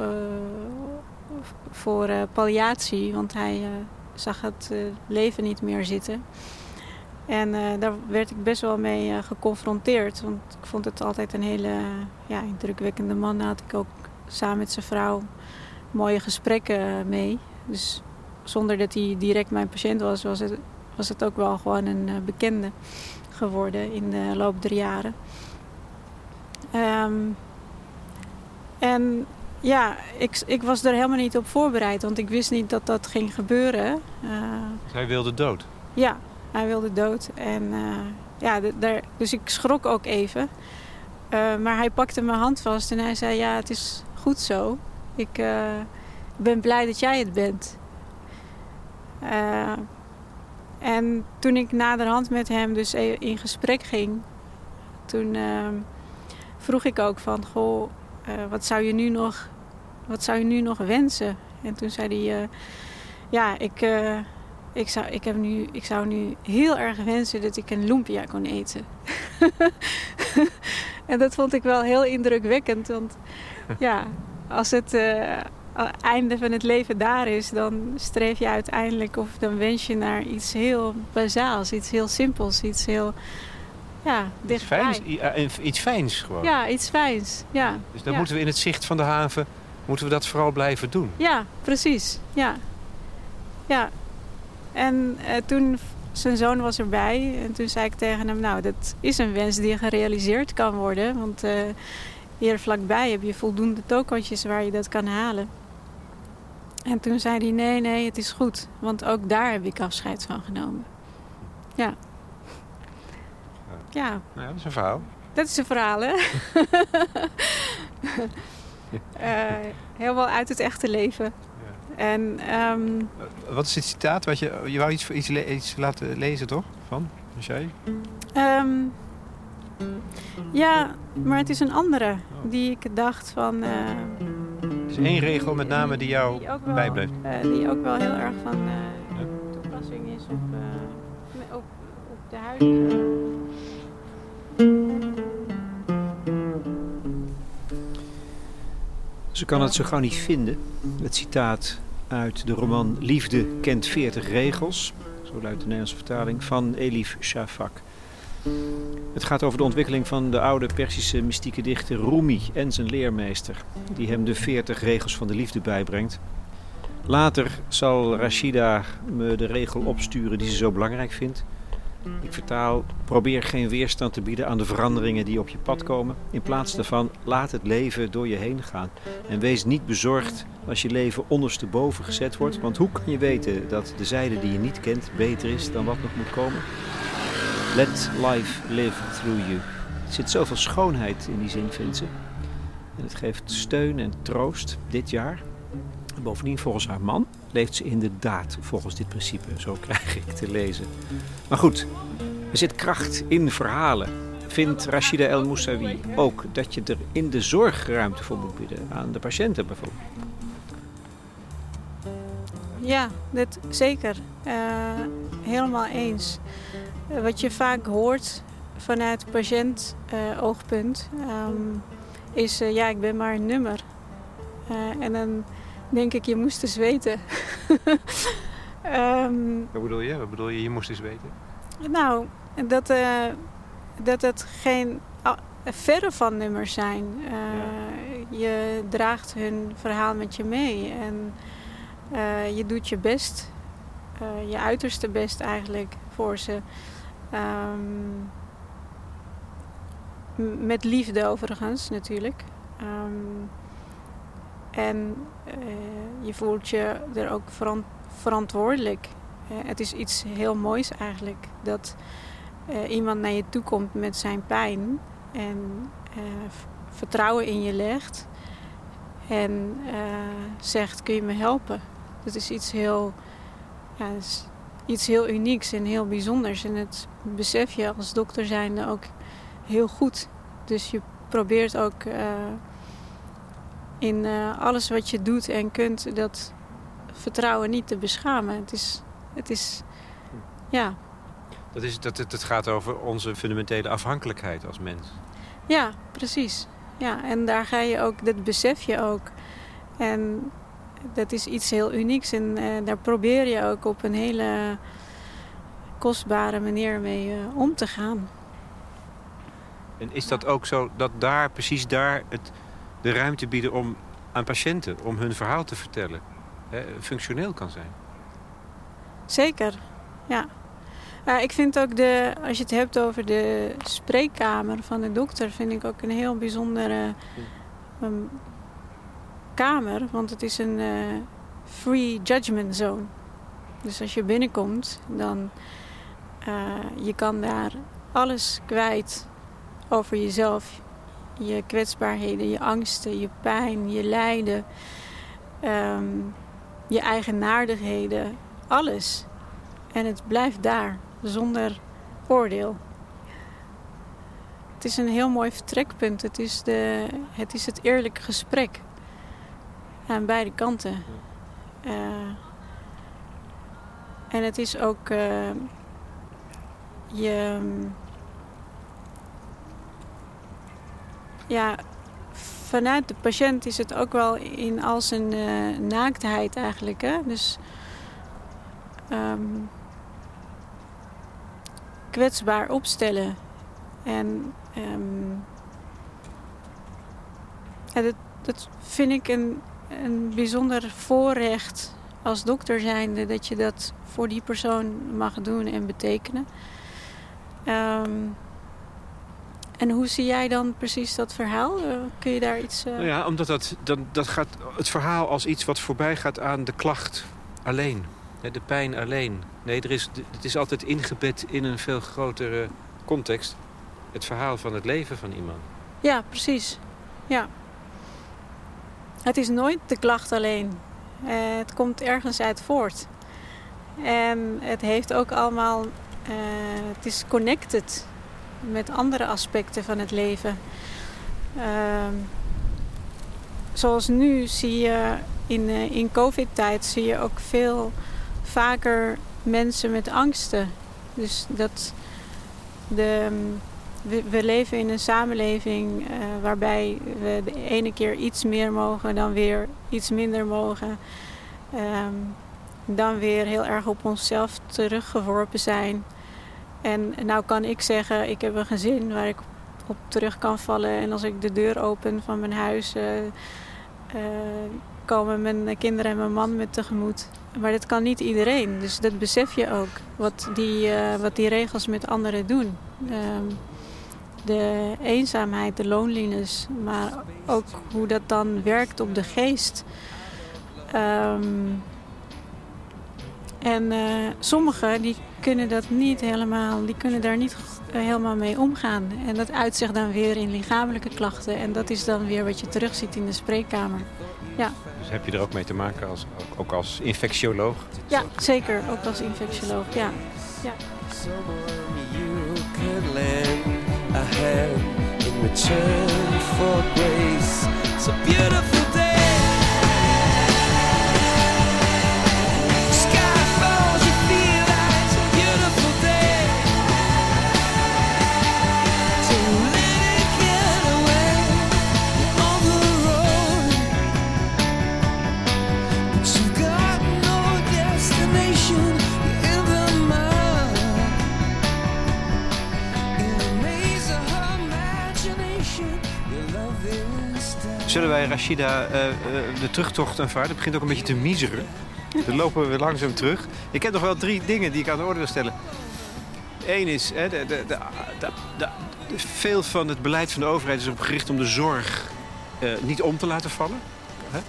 B: voor uh, palliatie, want hij uh, zag het uh, leven niet meer zitten. En uh, daar werd ik best wel mee uh, geconfronteerd. Want ik vond het altijd een hele uh, ja, indrukwekkende man. Daar had ik ook samen met zijn vrouw mooie gesprekken uh, mee. Dus zonder dat hij direct mijn patiënt was, was het, was het ook wel gewoon een uh, bekende geworden in de loop der jaren. Um, en ja, ik, ik was er helemaal niet op voorbereid. Want ik wist niet dat dat ging gebeuren. Uh,
D: Hij wilde dood?
B: Ja. Hij wilde dood. En, uh, ja, d- daar, dus ik schrok ook even. Uh, maar hij pakte mijn hand vast en hij zei... Ja, het is goed zo. Ik uh, ben blij dat jij het bent. Uh, en toen ik naderhand met hem dus in gesprek ging... Toen uh, vroeg ik ook van... Goh, uh, wat zou je nu nog, wat zou je nu nog wensen? En toen zei hij... Uh, ja, ik... Uh, Ik zou, ik, heb nu, ik zou nu heel erg wensen dat ik een lumpia kon eten. En dat vond ik wel heel indrukwekkend. Want ja, als het uh, einde van het leven daar is... dan streef je uiteindelijk of dan wens je naar iets heel bazaals. Iets heel simpels. Iets heel ja, dichtbij.
D: Iets fijns, iets fijns gewoon.
B: Ja, iets fijns. Ja.
D: Dus dan
B: ja.
D: moeten we in het zicht van de haven... moeten we dat vooral blijven doen.
B: Ja, precies. Ja. Ja. En uh, toen, zijn zoon was erbij. En toen zei ik tegen hem, nou, dat is een wens die gerealiseerd kan worden. Want uh, hier vlakbij heb je voldoende tokootjes waar je dat kan halen. En toen zei hij, nee, nee, het is goed. Want ook daar heb ik afscheid van genomen. Ja. Ja.
D: Nou, dat is een verhaal.
B: Dat is een verhaal, hè? uh, helemaal uit het echte leven. En, um,
D: wat is het citaat? Wat je, je wou iets, iets, iets laten lezen, toch? Van? Als jij?
B: Um, ja, maar het is een andere. Die ik dacht van... Uh,
D: er is één regel met name die jou
B: die wel,
D: bijblijft.
B: Uh, die ook wel heel erg van uh, ja. toepassing is op, uh, op, op de huidige...
A: Ze kan het zo gauw niet vinden. Het citaat uit de roman Liefde kent veertig regels, zo luidt de Nederlandse vertaling, van Elif Shafak. Het gaat over de ontwikkeling van de oude Perzische mystieke dichter Rumi en zijn leermeester, die hem de veertig regels van de liefde bijbrengt. Later zal Rashida me de regel opsturen die ze zo belangrijk vindt. Ik vertaal, probeer geen weerstand te bieden aan de veranderingen die op je pad komen. In plaats daarvan, laat het leven door je heen gaan. En wees niet bezorgd als je leven ondersteboven gezet wordt. Want hoe kan je weten dat de zijde die je niet kent beter is dan wat nog moet komen? Let life live through you. Er zit zoveel schoonheid in die zin, vindt ze. En het geeft steun en troost dit jaar. En bovendien, volgens haar man, leeft ze inderdaad volgens dit principe. Zo krijg ik te lezen. Maar goed, er zit kracht in verhalen. Vindt Rashida El Moussaoui ook dat je er in de zorg ruimte voor moet bieden? Aan de patiënten bijvoorbeeld?
B: Ja, dat zeker. Uh, helemaal eens. Uh, wat je vaak hoort vanuit patiënt-oogpunt uh, um, is... Uh, ja, ik ben maar een nummer. Uh, en dan denk ik, je moest eens weten. um,
D: Wat bedoel je? Wat bedoel je, je moest eens weten?
B: Nou, dat, uh, dat het geen... verre van nummers zijn. Uh,
D: Ja.
B: Je draagt hun verhaal met je mee en uh, je doet je best, uh, je uiterste best eigenlijk voor ze. Um, m- met liefde overigens natuurlijk. Um, en uh, je voelt je er ook veran- verantwoordelijk. Uh, het is iets heel moois eigenlijk dat uh, iemand naar je toe komt met zijn pijn en uh, v- vertrouwen in je legt en uh, zegt, kun je me helpen? Dat is iets heel, ja, dat is iets heel unieks en heel bijzonders. En het besef je als dokter zijnde ook heel goed. Dus je probeert ook uh, in uh, alles wat je doet en kunt dat vertrouwen niet te beschamen. Het is, het is ja.
D: Dat, is, dat, het gaat over onze fundamentele afhankelijkheid als mens.
B: Ja, precies. Ja, en daar ga je ook, dat besef je ook. En dat is iets heel unieks. En uh, daar probeer je ook op een hele kostbare manier mee uh, om te gaan.
D: En is dat ook zo dat daar, precies daar, het, de ruimte bieden om aan patiënten, om hun verhaal te vertellen, hè, functioneel kan zijn?
B: Zeker, ja. Uh, ik vind ook, de, als je het hebt over de spreekkamer van de dokter, vind ik ook een heel bijzondere um, kamer. Want het is een uh, free judgment zone. Dus als je binnenkomt, dan uh, je kan daar alles kwijt over jezelf. Je kwetsbaarheden, je angsten, je pijn, je lijden, um, je eigenaardigheden, alles. En het blijft daar, zonder oordeel. Het is een heel mooi vertrekpunt. Het is, de, het, is het eerlijke gesprek. Aan beide kanten. Uh, en het is ook uh, je... Ja, vanuit de patiënt is het ook wel in al zijn uh, naaktheid eigenlijk. Hè? Dus um, kwetsbaar opstellen. En um, ja, dat, dat vind ik een, een bijzonder voorrecht als dokter zijnde. Dat je dat voor die persoon mag doen en betekenen. Um, En hoe zie jij dan precies dat verhaal? Uh, kun je daar iets... Uh...
D: Nou ja, omdat dat, dat, dat gaat het verhaal als iets wat voorbij gaat aan de klacht alleen. De pijn alleen. Nee, er is, het is altijd ingebed in een veel grotere context. Het verhaal van het leven van iemand.
B: Ja, precies. Ja. Het is nooit de klacht alleen. Uh, het komt ergens uit voort. En het heeft ook allemaal... Uh, het is connected met andere aspecten van het leven. Uh, zoals nu zie je in, uh, in covid-tijd zie je ook veel vaker mensen met angsten. Dus dat de, we, we leven in een samenleving uh, waarbij we de ene keer iets meer mogen, dan weer iets minder mogen. Um, dan weer heel erg op onszelf teruggeworpen zijn. En nou kan ik zeggen, ik heb een gezin waar ik op terug kan vallen. En als ik de deur open van mijn huis, uh, uh, komen mijn kinderen en mijn man me tegemoet. Maar dat kan niet iedereen. Dus dat besef je ook, wat die, uh, wat die regels met anderen doen. Uh, de eenzaamheid, de loneliness, maar ook hoe dat dan werkt op de geest. Um, en uh, sommigen die kunnen dat niet helemaal, die kunnen daar niet uh, helemaal mee omgaan. En dat uit zich dan weer in lichamelijke klachten. En dat is dan weer wat je terugziet in de spreekkamer. Ja.
D: Dus heb je er ook mee te maken, als, ook, ook als infectioloog?
B: Ja, zeker. Ook als infectioloog, ja. ja. A hand in return for grace. It's a beautiful day. Sky falls, you feel like it's a beautiful day. So let it get away on the road. But you've got no destination. You're in the mud. In a maze of imagination.
D: Zullen wij, Rachida, uh, uh, de terugtocht aanvaarden? Het begint ook een beetje te miseren. Dan lopen we weer langzaam terug. Ik heb nog wel drie dingen die ik aan de orde wil stellen. Eén is, hè, de, de, de, de, de, de, veel van het beleid van de overheid is erop gericht om de zorg uh, niet om te laten vallen. Hè?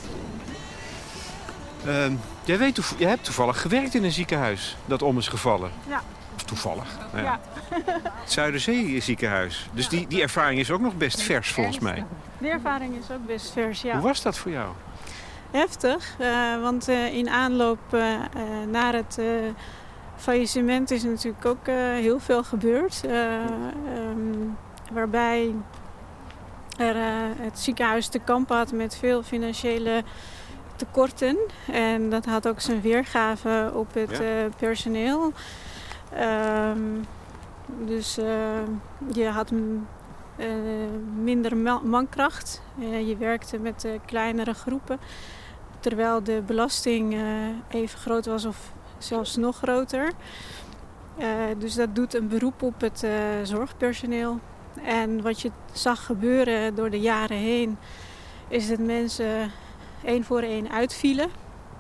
D: Uh, jij, weet toev- jij hebt toevallig gewerkt in een ziekenhuis dat om is gevallen.
B: Ja.
D: Of toevallig. Nou
B: Ja.
D: ja. Het Zuiderzee ziekenhuis. Dus die, die ervaring is ook nog best vers volgens mij.
B: De ervaring is ook best vers, ja.
D: Hoe was dat voor jou?
B: Heftig, uh, want uh, in aanloop uh, uh, naar het uh, faillissement is natuurlijk ook uh, heel veel gebeurd. Uh, um, waarbij er, uh, het ziekenhuis te kampen had met veel financiële tekorten. En dat had ook zijn weergave op het ja. uh, personeel. Um, dus uh, je had m- uh, minder ma- mankracht. Uh, je werkte met uh, kleinere groepen. Terwijl de belasting uh, even groot was of zelfs nog groter. Uh, dus dat doet een beroep op het uh, zorgpersoneel. En wat je zag gebeuren door de jaren heen, is dat mensen één voor één uitvielen.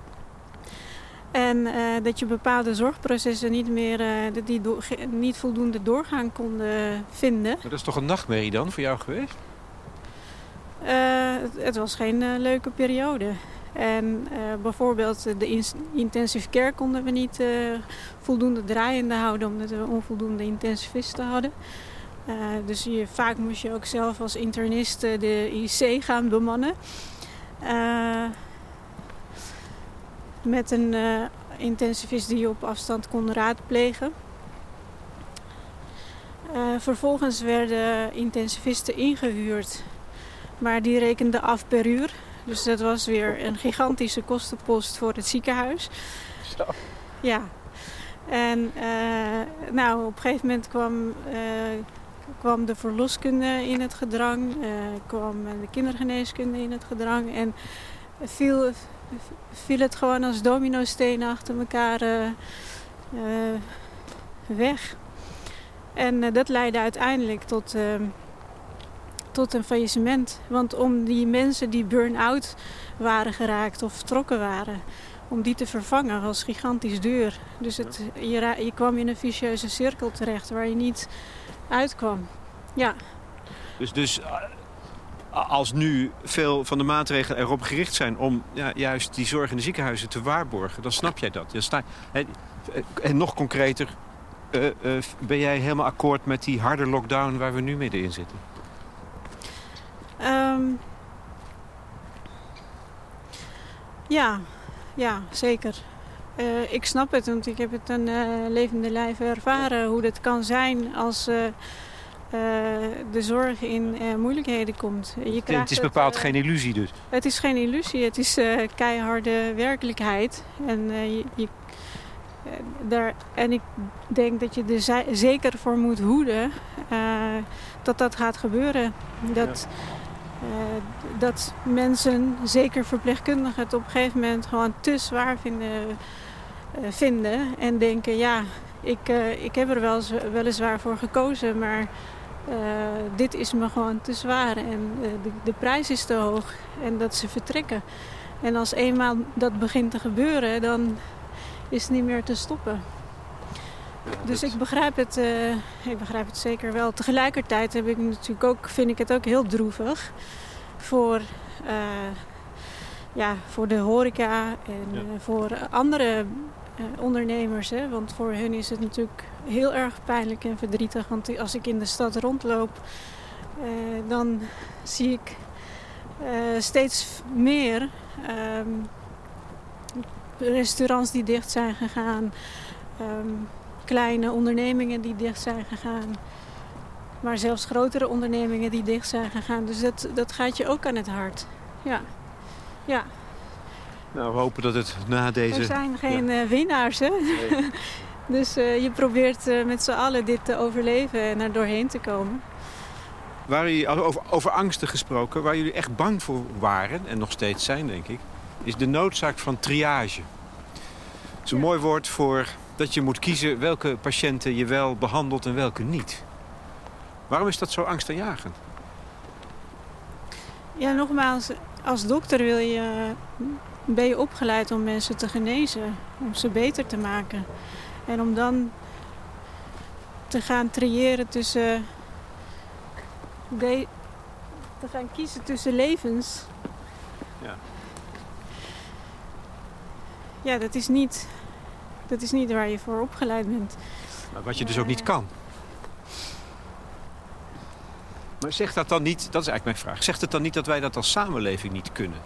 B: En uh, dat je bepaalde zorgprocessen niet meer uh, dat die do- ge- niet voldoende doorgaan konden vinden.
D: Maar dat is toch een nachtmerrie dan voor jou geweest?
B: Uh, het, het was geen uh, leuke periode. En uh, bijvoorbeeld de in- intensive care konden we niet uh, voldoende draaiende houden, omdat we onvoldoende intensivisten hadden. Uh, dus je, vaak moest je ook zelf als internist uh, de I C gaan bemannen. Uh, met een uh, intensivist die je op afstand kon raadplegen. Uh, vervolgens werden intensivisten ingehuurd, maar die rekenden af per uur. Dus dat was weer een gigantische kostenpost voor het ziekenhuis.
D: Zo.
B: Ja. En uh, nou, op een gegeven moment kwam, uh, kwam de verloskunde in het gedrang. Uh, kwam de kindergeneeskunde in het gedrang. En viel, viel het gewoon als dominostenen achter elkaar uh, uh, weg. En uh, dat leidde uiteindelijk tot... Uh, tot een faillissement. Want om die mensen die burn-out waren geraakt of vertrokken waren, om die te vervangen was gigantisch duur. Dus het, je, ra- je kwam in een vicieuze cirkel terecht waar je niet uitkwam. Ja.
D: Dus, dus als nu veel van de maatregelen erop gericht zijn om ja, juist die zorg in de ziekenhuizen te waarborgen, dan snap jij dat. Dan sta, en, en nog concreter, uh, uh, ben jij helemaal akkoord met die harde lockdown waar we nu middenin zitten?
B: Um, ja, ja, zeker. Uh, ik snap het, want ik heb het een uh, levende lijf ervaren hoe dat kan zijn als uh, uh, de zorg in uh, moeilijkheden komt. Je
D: het, het is bepaald
B: het, uh,
D: geen illusie dus?
B: Het is geen illusie, het is uh, keiharde werkelijkheid. En, uh, je, je, uh, daar, en ik denk dat je er z- zeker voor moet hoeden uh, dat dat gaat gebeuren. Dat... Ja. Uh, dat mensen, zeker verpleegkundigen, het op een gegeven moment gewoon te zwaar vinden, uh, vinden en denken, ja, ik, uh, ik heb er wel z- weliswaar voor gekozen, maar uh, dit is me gewoon te zwaar en uh, de, de prijs is te hoog en dat ze vertrekken. En als eenmaal dat begint te gebeuren, dan is het niet meer te stoppen. Ja, dus ik begrijp het, uh, ik begrijp het zeker wel. Tegelijkertijd heb ik natuurlijk ook, vind ik het ook heel droevig voor, uh, ja, voor de horeca en ja. uh, voor andere uh, ondernemers. Hè? Want voor hun is het natuurlijk heel erg pijnlijk en verdrietig. Want als ik in de stad rondloop, uh, dan zie ik uh, steeds meer um, restaurants die dicht zijn gegaan. Um, Kleine ondernemingen die dicht zijn gegaan. Maar zelfs grotere ondernemingen die dicht zijn gegaan. Dus dat, dat gaat je ook aan het hart. Ja. Ja.
D: Nou, we hopen dat het na deze...
B: Er zijn geen ja. uh, winnaars, hè?
D: Nee.
B: Dus uh, je probeert uh, met z'n allen dit te overleven en er doorheen te komen.
D: Waren jullie, over, over angsten gesproken, waar jullie echt bang voor waren, en nog steeds zijn, denk ik, is de noodzaak van triage. Dat is een ja. mooi woord voor... dat je moet kiezen welke patiënten je wel behandelt en welke niet. Waarom is dat zo angstaanjagend?
B: ja, nogmaals, als dokter wil je, ben je opgeleid om mensen te genezen. Om ze beter te maken. En om dan te gaan triëren tussen... De, te gaan kiezen tussen levens.
D: Ja.
B: Ja, dat is niet, dat is niet waar je voor opgeleid bent.
D: Maar wat je dus ook niet kan. Maar zegt dat dan niet, dat is eigenlijk mijn vraag, zegt het dan niet dat wij dat als samenleving niet kunnen?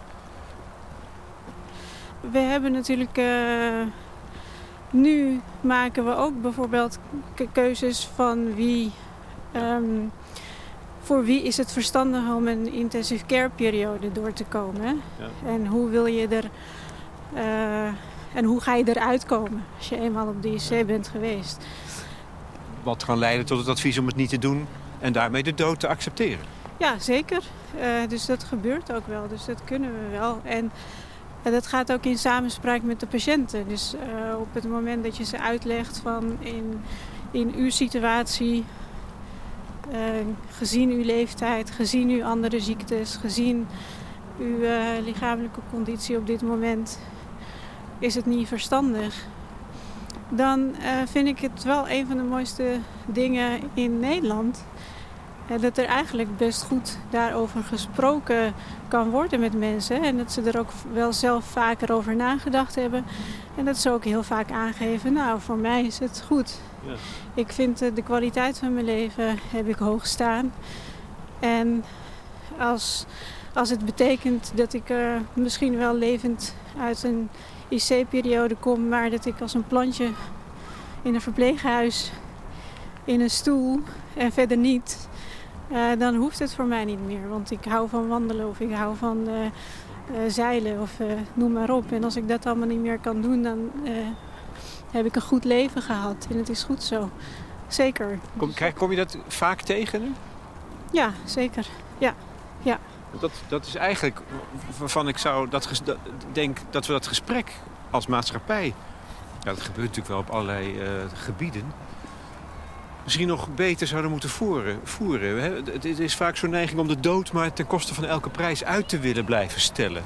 B: We hebben natuurlijk... Uh, nu maken we ook bijvoorbeeld ke- keuzes van wie... Um, voor wie is het verstandig om een intensive care periode door te komen? Ja. En hoe wil je er... Uh, en hoe ga je eruit komen als je eenmaal op de I C ja. bent geweest?
D: Wat kan leiden tot het advies om het niet te doen en daarmee de dood te accepteren?
B: Ja, zeker. Uh, dus dat gebeurt ook wel. Dus dat kunnen we wel. En uh, dat gaat ook in samenspraak met de patiënten. Dus uh, op het moment dat je ze uitlegt van in, in uw situatie... Uh, gezien uw leeftijd, gezien uw andere ziektes, gezien uw uh, lichamelijke conditie op dit moment, is het niet verstandig. Dan uh, vind ik het wel een van de mooiste dingen in Nederland. Uh, dat er eigenlijk best goed daarover gesproken kan worden met mensen. En dat ze er ook wel zelf vaker over nagedacht hebben. En dat ze ook heel vaak aangeven, nou voor mij is het goed. Ja. Ik vind de kwaliteit van mijn leven heb ik hoog staan. En als, als het betekent dat ik uh, misschien wel levend uit een I C-periode kom... maar dat ik als een plantje in een verpleeghuis in een stoel en verder niet... Uh, dan hoeft het voor mij niet meer. Want ik hou van wandelen of ik hou van uh, uh, zeilen of uh, noem maar op. En als ik dat allemaal niet meer kan doen, dan... Uh, heb ik een goed leven gehad. En het is goed zo. Zeker.
D: Kom, krijg, kom je dat vaak tegen nu?
B: Ja, zeker. Ja. ja.
D: Dat, dat is eigenlijk waarvan ik zou dat, dat, denk dat we dat gesprek als maatschappij... Ja, dat gebeurt natuurlijk wel op allerlei uh, gebieden... misschien nog beter zouden moeten voeren. voeren hè? Het, het is vaak zo'n neiging om de dood... maar ten koste van elke prijs uit te willen blijven stellen.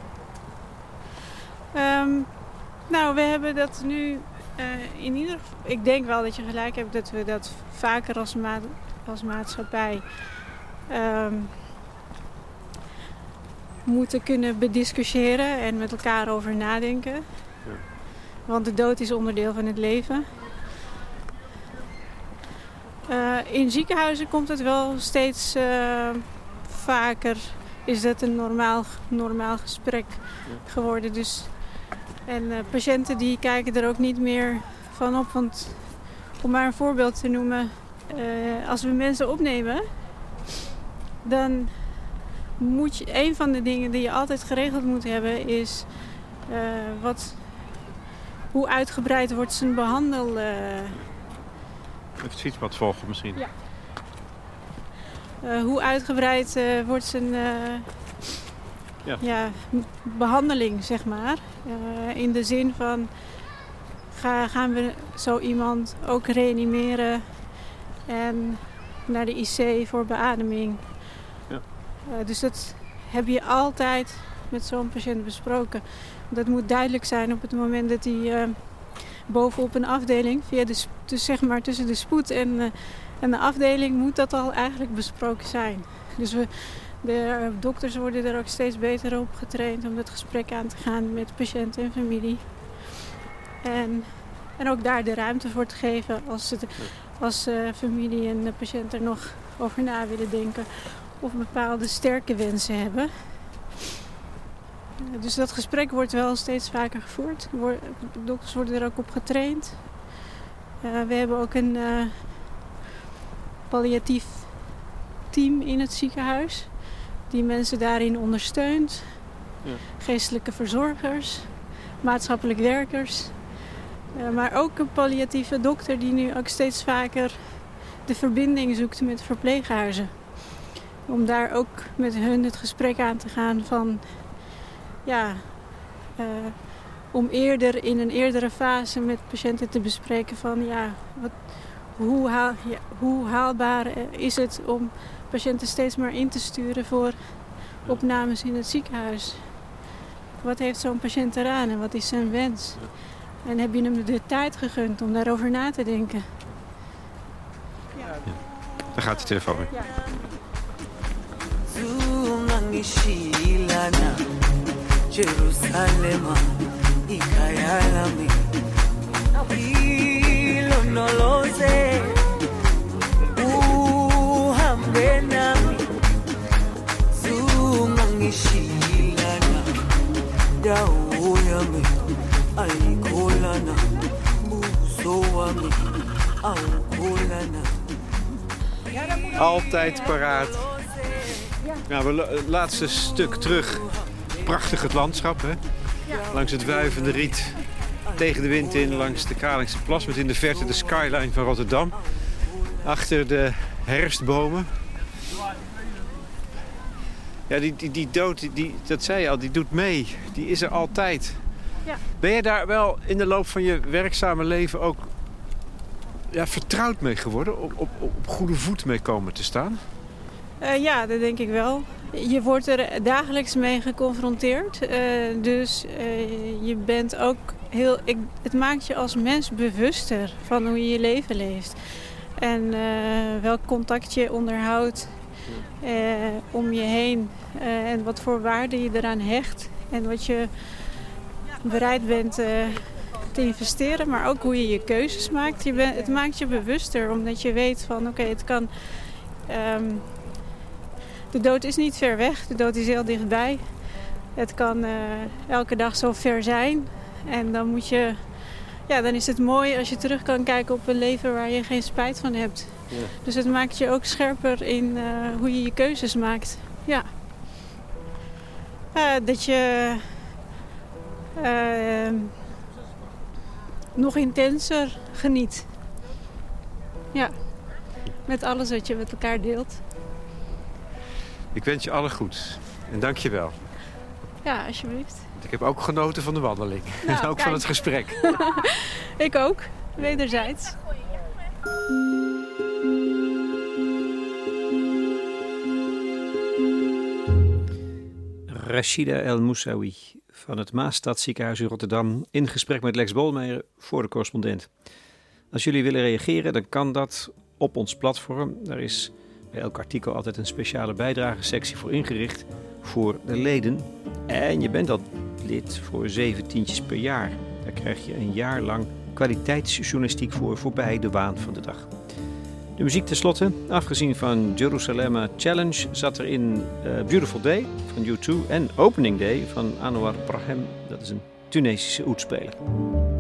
B: Um, nou, we hebben dat nu... Uh, in ieder geval, ik denk wel dat je gelijk hebt dat we dat vaker als, ma- als maatschappij um, moeten kunnen bediscussiëren en met elkaar over nadenken. Ja. Want de dood is onderdeel van het leven. Uh, in ziekenhuizen komt het wel steeds uh, vaker, is dat een normaal, normaal gesprek geworden. Dus En uh, patiënten die kijken er ook niet meer van op. Want om maar een voorbeeld te noemen. Uh, als we mensen opnemen. Dan moet je... Een van de dingen die je altijd geregeld moet hebben is... Uh, wat, hoe uitgebreid wordt zijn behandel... Uh,
D: Even het fietspad volgen misschien.
B: Ja. Uh, hoe uitgebreid uh, wordt zijn... Uh, Ja. ja, behandeling, zeg maar. Uh, in de zin van, ga, gaan we zo iemand ook reanimeren en naar de I C voor beademing. Ja. Uh, dus dat heb je altijd met zo'n patiënt besproken. Dat moet duidelijk zijn op het moment dat hij uh, bovenop een afdeling, via de, dus zeg maar tussen de spoed en, uh, en de afdeling, moet dat al eigenlijk besproken zijn. Dus we... De dokters worden er ook steeds beter op getraind om dat gesprek aan te gaan met patiënt en familie. En, en ook daar de ruimte voor te geven als, het, als uh, familie en de patiënt er nog over na willen denken. Of bepaalde sterke wensen hebben. Uh, dus dat gesprek wordt wel steeds vaker gevoerd. De dokters worden er ook op getraind. Uh, we hebben ook een uh, palliatief team in het ziekenhuis. Die mensen daarin ondersteunt. Ja. Geestelijke verzorgers, maatschappelijk werkers. Uh, maar ook een palliatieve dokter die nu ook steeds vaker de verbinding zoekt met verpleeghuizen. Om daar ook met hun het gesprek aan te gaan van... Ja, uh, om eerder in een eerdere fase met patiënten te bespreken van... Ja, wat, hoe, haal, ja, hoe haalbaar is het om... patiënten steeds maar in te sturen voor opnames in het ziekenhuis. Wat heeft zo'n patiënt eraan en wat is zijn wens? En heb je hem de tijd gegund om daarover na te denken?
D: Ja. Daar gaat de telefoon weer.
B: Ja.
C: Zungangishilana Jerusalema ikayalami ilonoloze uhambe nami Zungangishilana dawo yami ayikholana buso wami awukholana.
D: Altijd paraat. Nou, we lo- het laatste stuk terug. Prachtig het landschap, hè? Langs het wuivende riet. Tegen de wind in, langs de Kralingse Plas. Met in de verte de skyline van Rotterdam. Achter de herfstbomen. Ja, die, die, die dood, die, die, dat zei je al, die doet mee. Die is er altijd.
B: Ja.
D: Ben je daar wel in de loop van je werkzame leven ook ja, vertrouwd mee geworden? Op, op, op goede voet mee komen te staan?
B: Uh, ja, dat denk ik wel. Je wordt er dagelijks mee geconfronteerd. Uh, dus uh, je bent ook heel. Ik, het maakt je als mens bewuster van hoe je je leven leeft. En uh, welk contact je onderhoudt uh, om je heen. Uh, en wat voor waarde je eraan hecht. En wat je bereid bent uh, te investeren. Maar ook hoe je je keuzes maakt. Je ben, het maakt je bewuster. Omdat je weet van oké, okay, het kan. Um, De dood is niet ver weg, de dood is heel dichtbij. Het kan uh, elke dag zo ver zijn. En dan, moet je, ja, dan is het mooi als je terug kan kijken op een leven waar je geen spijt van hebt. Ja. Dus het maakt je ook scherper in uh, hoe je je keuzes maakt. Ja. Uh, dat je uh, nog intenser geniet. Ja. Met alles wat je met elkaar deelt.
D: Ik wens je alle goeds. En dank je wel.
B: Ja, alsjeblieft.
D: Ik heb ook genoten van de wandeling.
B: Nou,
D: en ook
B: kijk.
D: van het gesprek.
B: Ik ook. Wederzijds.
A: Rachida El Moussaoui van het Maasstadziekenhuis in Rotterdam in gesprek met Lex Bolmeijer voor de correspondent. Als jullie willen reageren, dan kan dat op ons platform. Daar is bij elk artikel altijd een speciale bijdragesectie voor ingericht voor de leden. En je bent al lid voor zeven tientjes per jaar. Daar krijg je een jaar lang kwaliteitsjournalistiek voor voorbij de waan van de dag. De muziek tenslotte, afgezien van Jerusalem Challenge, zat er in uh, Beautiful Day van U twee en Opening Day van Anouar Brahim. Dat is een Tunesische oetspeler.